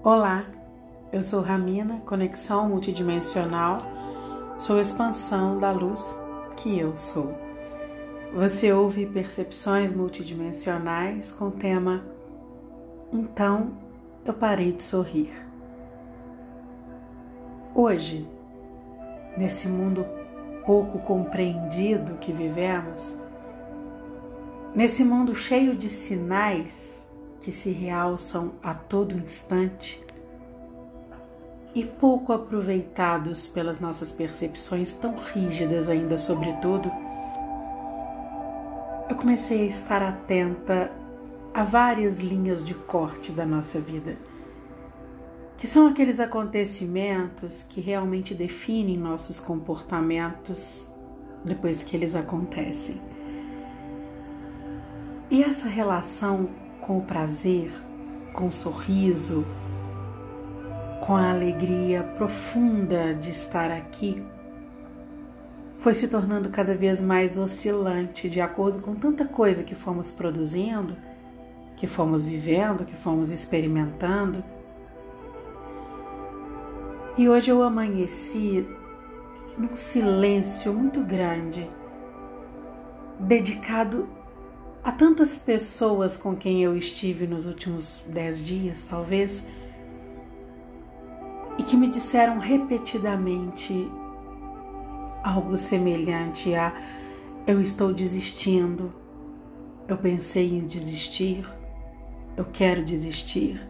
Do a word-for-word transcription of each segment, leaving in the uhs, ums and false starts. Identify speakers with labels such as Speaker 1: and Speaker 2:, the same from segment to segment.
Speaker 1: Olá, eu sou Ramina, conexão multidimensional, sou expansão da luz que eu sou. Você ouve percepções multidimensionais com o tema Então eu parei de sorrir. Hoje, nesse mundo pouco compreendido que vivemos, nesse mundo cheio de sinais que se realçam a todo instante e pouco aproveitados pelas nossas percepções tão rígidas ainda, sobretudo, eu comecei a estar atenta a várias linhas de corte da nossa vida, que são aqueles acontecimentos que realmente definem nossos comportamentos depois que eles acontecem. E essa relação com o prazer, com o sorriso, com a alegria profunda de estar aqui, foi se tornando cada vez mais oscilante de acordo com tanta coisa que fomos produzindo, que fomos vivendo, que fomos experimentando. E hoje eu amanheci num silêncio muito grande, dedicado a tantas pessoas com quem eu estive nos últimos dez dias, talvez, e que me disseram repetidamente algo semelhante a eu estou desistindo, eu pensei em desistir, eu quero desistir.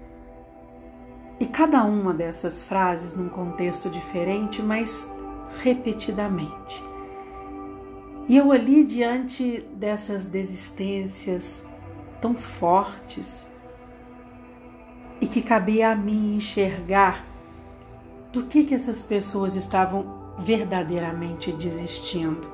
Speaker 1: E cada uma dessas frases num contexto diferente, mas repetidamente. E eu ali, diante dessas desistências tão fortes, e que cabia a mim enxergar do que, que essas pessoas estavam verdadeiramente desistindo.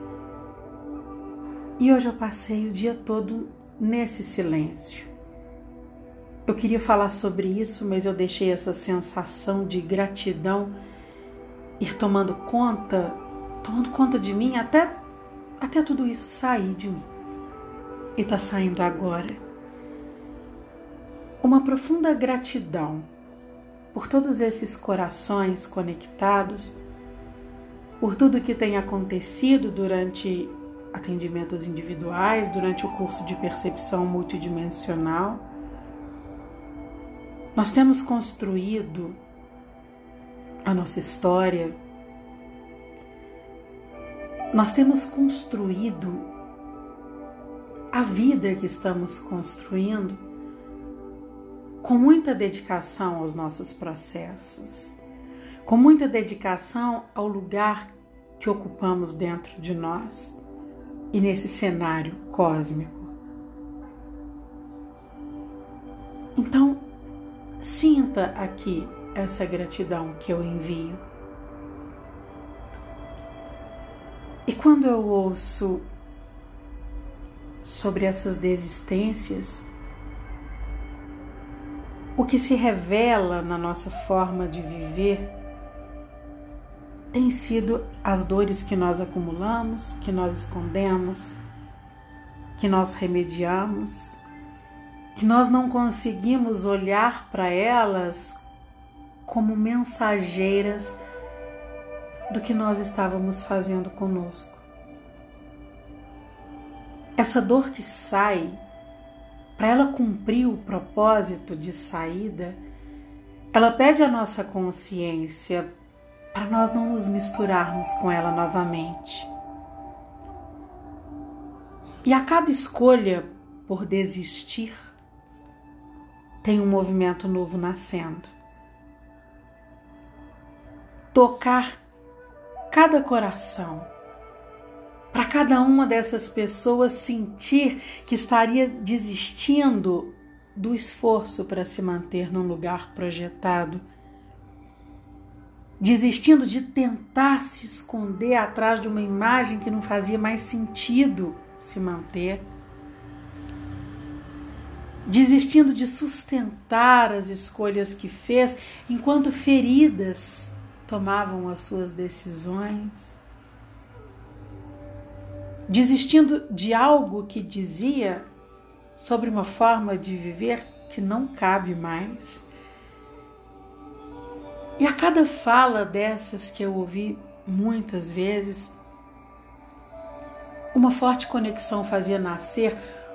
Speaker 1: E hoje eu passei o dia todo nesse silêncio. Eu queria falar sobre isso, mas eu deixei essa sensação de gratidão ir tomando conta, tomando conta de mim até Até tudo isso sair de mim. E está saindo agora. Uma profunda gratidão por todos esses corações conectados, por tudo que tem acontecido durante atendimentos individuais, durante o curso de percepção multidimensional. Nós temos construído a nossa história. Nós temos construído a vida que estamos construindo com muita dedicação aos nossos processos, com muita dedicação ao lugar que ocupamos dentro de nós e nesse cenário cósmico. Então, sinta aqui essa gratidão que eu envio. E quando eu ouço sobre essas desistências, o que se revela na nossa forma de viver tem sido as dores que nós acumulamos, que nós escondemos, que nós remediamos, que nós não conseguimos olhar para elas como mensageiras do que nós estávamos fazendo conosco. Essa dor que sai, para ela cumprir o propósito de saída, ela pede a nossa consciência para nós não nos misturarmos com ela novamente. E a cada escolha por desistir, tem um movimento novo nascendo. Tocar cada coração, para cada uma dessas pessoas sentir que estaria desistindo do esforço para se manter num lugar projetado, desistindo de tentar se esconder atrás de uma imagem que não fazia mais sentido se manter, desistindo de sustentar as escolhas que fez enquanto feridas tomavam as suas decisões, desistindo de algo que dizia sobre uma forma de viver que não cabe mais, E a cada fala dessas que eu ouvi muitas vezes, uma forte conexão fazia nascer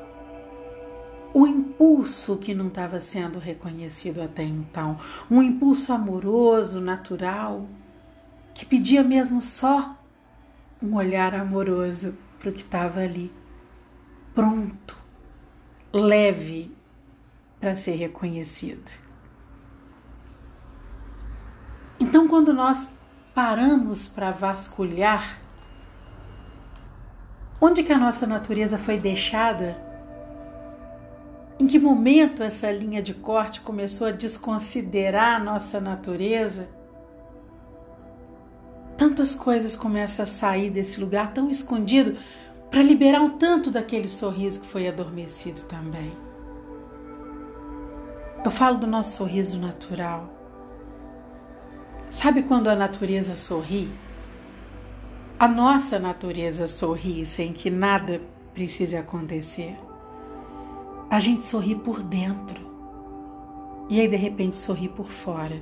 Speaker 1: o impulso que não estava sendo reconhecido até então, um impulso amoroso, natural, que pedia mesmo só um olhar amoroso para o que estava ali, pronto, leve para ser reconhecido. Então, quando nós paramos para vasculhar onde que a nossa natureza foi deixada, em que momento essa linha de corte começou a desconsiderar a nossa natureza, tantas coisas começam a sair desse lugar tão escondido para liberar um tanto daquele sorriso que foi adormecido também. Eu falo do nosso sorriso natural. Sabe quando a natureza sorri? A nossa natureza sorri sem que nada precise acontecer. A gente sorri por dentro e aí de repente sorri por fora.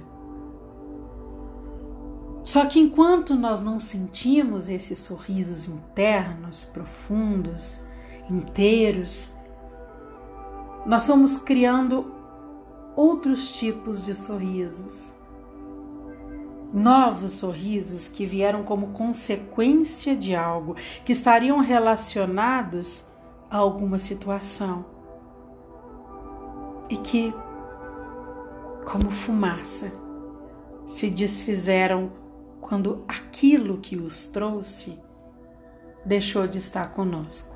Speaker 1: Só que enquanto nós não sentimos esses sorrisos internos, profundos, inteiros, nós fomos criando outros tipos de sorrisos. Novos sorrisos que vieram como consequência de algo, que estariam relacionados a alguma situação e que, como fumaça, se desfizeram quando aquilo que os trouxe deixou de estar conosco.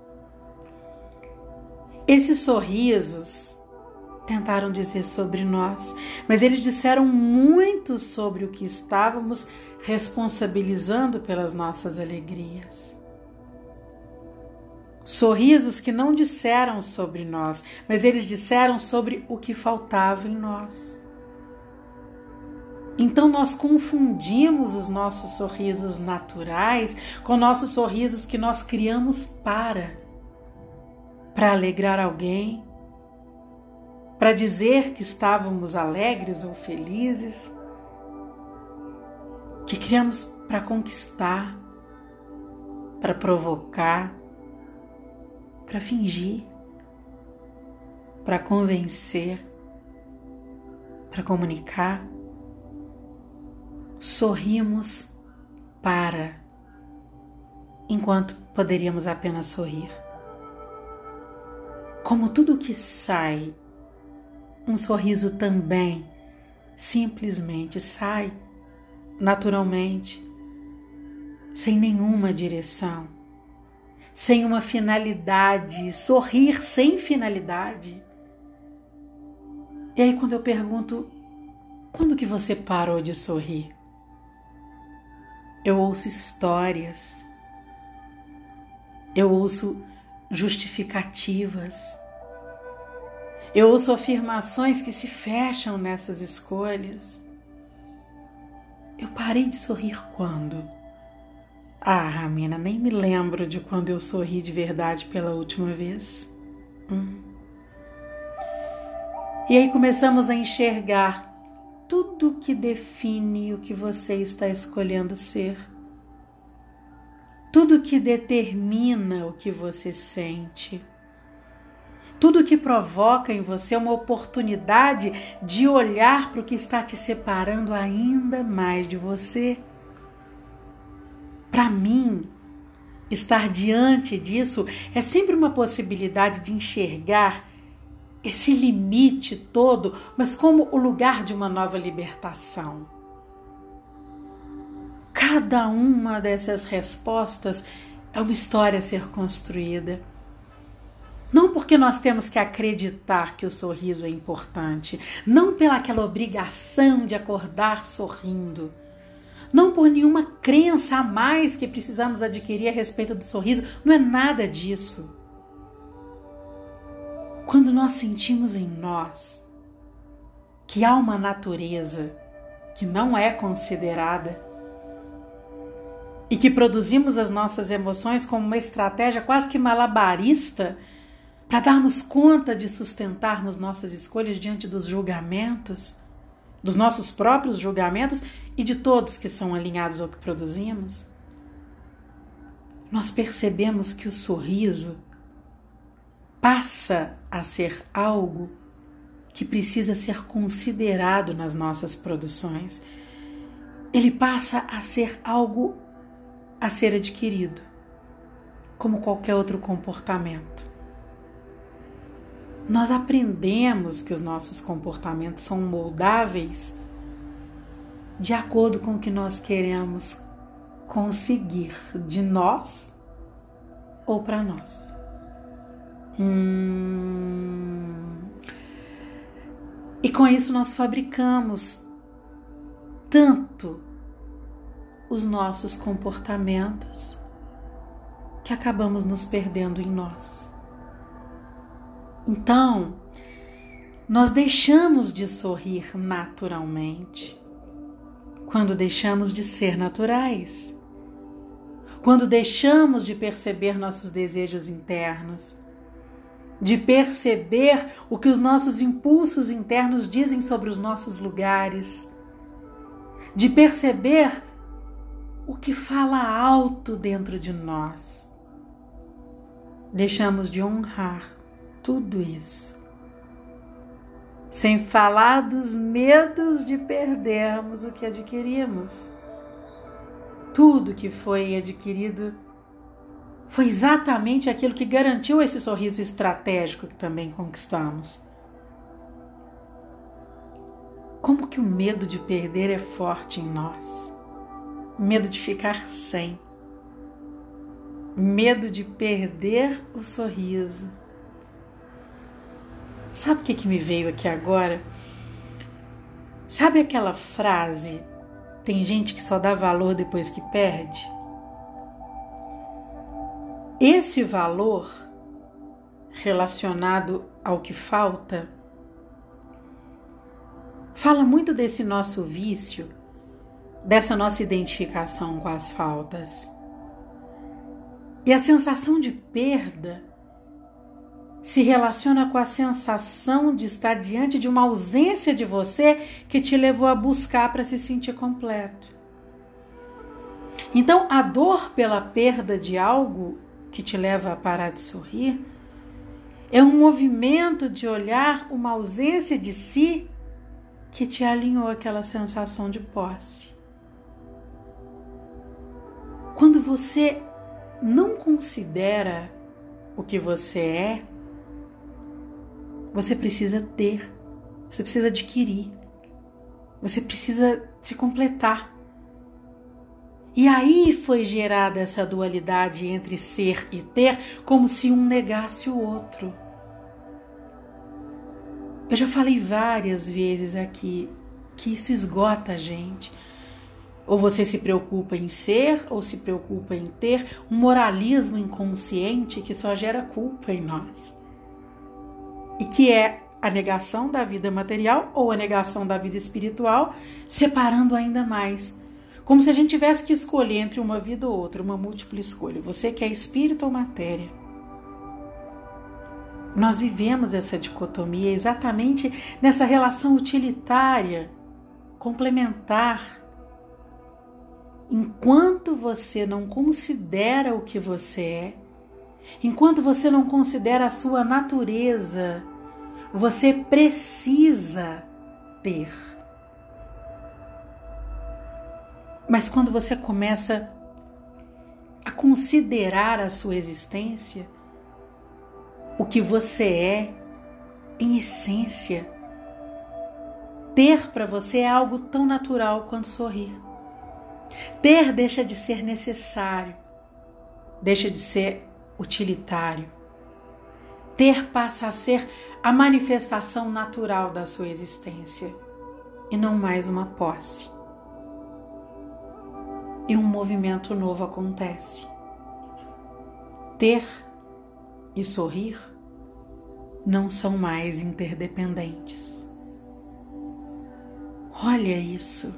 Speaker 1: Esses sorrisos tentaram dizer sobre nós, mas eles disseram muito sobre o que estávamos responsabilizando pelas nossas alegrias. Sorrisos que não disseram sobre nós, mas eles disseram sobre o que faltava em nós. Então nós confundimos os nossos sorrisos naturais com nossos sorrisos que nós criamos para, para alegrar alguém, para dizer que estávamos alegres ou felizes, que criamos para conquistar, para provocar, para fingir, para convencer, para comunicar. Sorrimos para, enquanto poderíamos apenas sorrir. Como tudo que sai, um sorriso também simplesmente sai, naturalmente, sem nenhuma direção, sem uma finalidade, sorrir sem finalidade. E aí quando eu pergunto, quando que você parou de sorrir? Eu ouço histórias, eu ouço justificativas, eu ouço afirmações que se fecham nessas escolhas. Eu parei de sorrir quando? Ah, Ramina, nem me lembro de quando eu sorri de verdade pela última vez. Hum. E aí começamos a enxergar tudo que define o que você está escolhendo ser. Tudo que determina o que você sente. Tudo que provoca em você uma oportunidade de olhar para o que está te separando ainda mais de você. Para mim, estar diante disso é sempre uma possibilidade de enxergar esse limite todo, mas como o lugar de uma nova libertação. Cada uma dessas respostas é uma história a ser construída. Não porque nós temos que acreditar que o sorriso é importante, não pela aquela obrigação de acordar sorrindo, não por nenhuma crença a mais que precisamos adquirir a respeito do sorriso, não é nada disso. Quando nós sentimos em nós que há uma natureza que não é considerada e que produzimos as nossas emoções como uma estratégia quase que malabarista para darmos conta de sustentarmos nossas escolhas diante dos julgamentos, dos nossos próprios julgamentos e de todos que são alinhados ao que produzimos, nós percebemos que o sorriso passa a ser algo que precisa ser considerado nas nossas produções. Ele passa a ser algo a ser adquirido, como qualquer outro comportamento. Nós aprendemos que os nossos comportamentos são moldáveis de acordo com o que nós queremos conseguir de nós ou para nós. Hum... E com isso nós fabricamos tanto os nossos comportamentos que acabamos nos perdendo em nós. Então, nós deixamos de sorrir naturalmente quando deixamos de ser naturais, quando deixamos de perceber nossos desejos internos, de perceber o que os nossos impulsos internos dizem sobre os nossos lugares, de perceber o que fala alto dentro de nós. Deixamos de honrar tudo isso. Sem falar dos medos de perdermos o que adquirimos. Tudo que foi adquirido foi exatamente aquilo que garantiu esse sorriso estratégico que também conquistamos. Como que o medo de perder é forte em nós? Medo de ficar sem. Medo de perder o sorriso. Sabe o que, que me veio aqui agora? Sabe aquela frase, tem gente que só dá valor depois que perde? Esse valor relacionado ao que falta fala muito desse nosso vício, dessa nossa identificação com as faltas. E a sensação de perda se relaciona com a sensação de estar diante de uma ausência de você que te levou a buscar para se sentir completo. Então, a dor pela perda de algo que te leva a parar de sorrir é um movimento de olhar uma ausência de si que te alinhou àquela sensação de posse. Quando você não considera o que você é, você precisa ter, você precisa adquirir, você precisa se completar. E aí foi gerada essa dualidade entre ser e ter, como se um negasse o outro. Eu já falei várias vezes aqui que isso esgota a gente. Ou você se preocupa em ser, ou se preocupa em ter, um moralismo inconsciente que só gera culpa em nós. E que é a negação da vida material ou a negação da vida espiritual, separando ainda mais. Como se a gente tivesse que escolher entre uma vida ou outra, uma múltipla escolha. Você quer espírito ou matéria? Nós vivemos essa dicotomia exatamente nessa relação utilitária, complementar. Enquanto você não considera o que você é, enquanto você não considera a sua natureza, você precisa ter. Mas quando você começa a considerar a sua existência, o que você é, em essência, ter para você é algo tão natural quanto sorrir. Ter deixa de ser necessário, deixa de ser utilitário. Ter passa a ser a manifestação natural da sua existência e não mais uma posse. E um movimento novo acontece. Ter e sorrir não são mais interdependentes. Olha isso.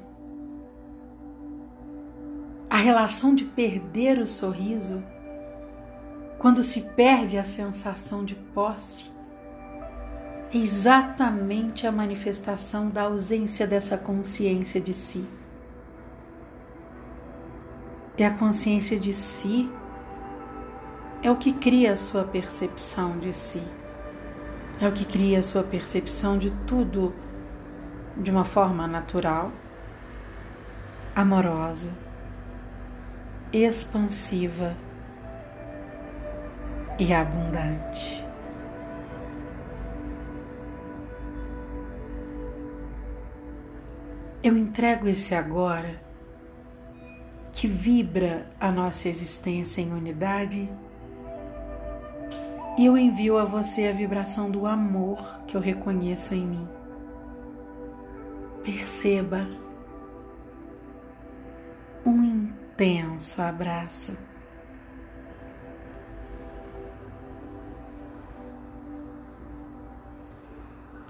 Speaker 1: A relação de perder o sorriso, quando se perde a sensação de posse, exatamente a manifestação da ausência dessa consciência de si. E a consciência de si é o que cria a sua percepção de si. É o que cria a sua percepção de tudo de uma forma natural, amorosa, expansiva e abundante. Eu entrego esse agora que vibra a nossa existência em unidade e eu envio a você a vibração do amor que eu reconheço em mim. Perceba um intenso abraço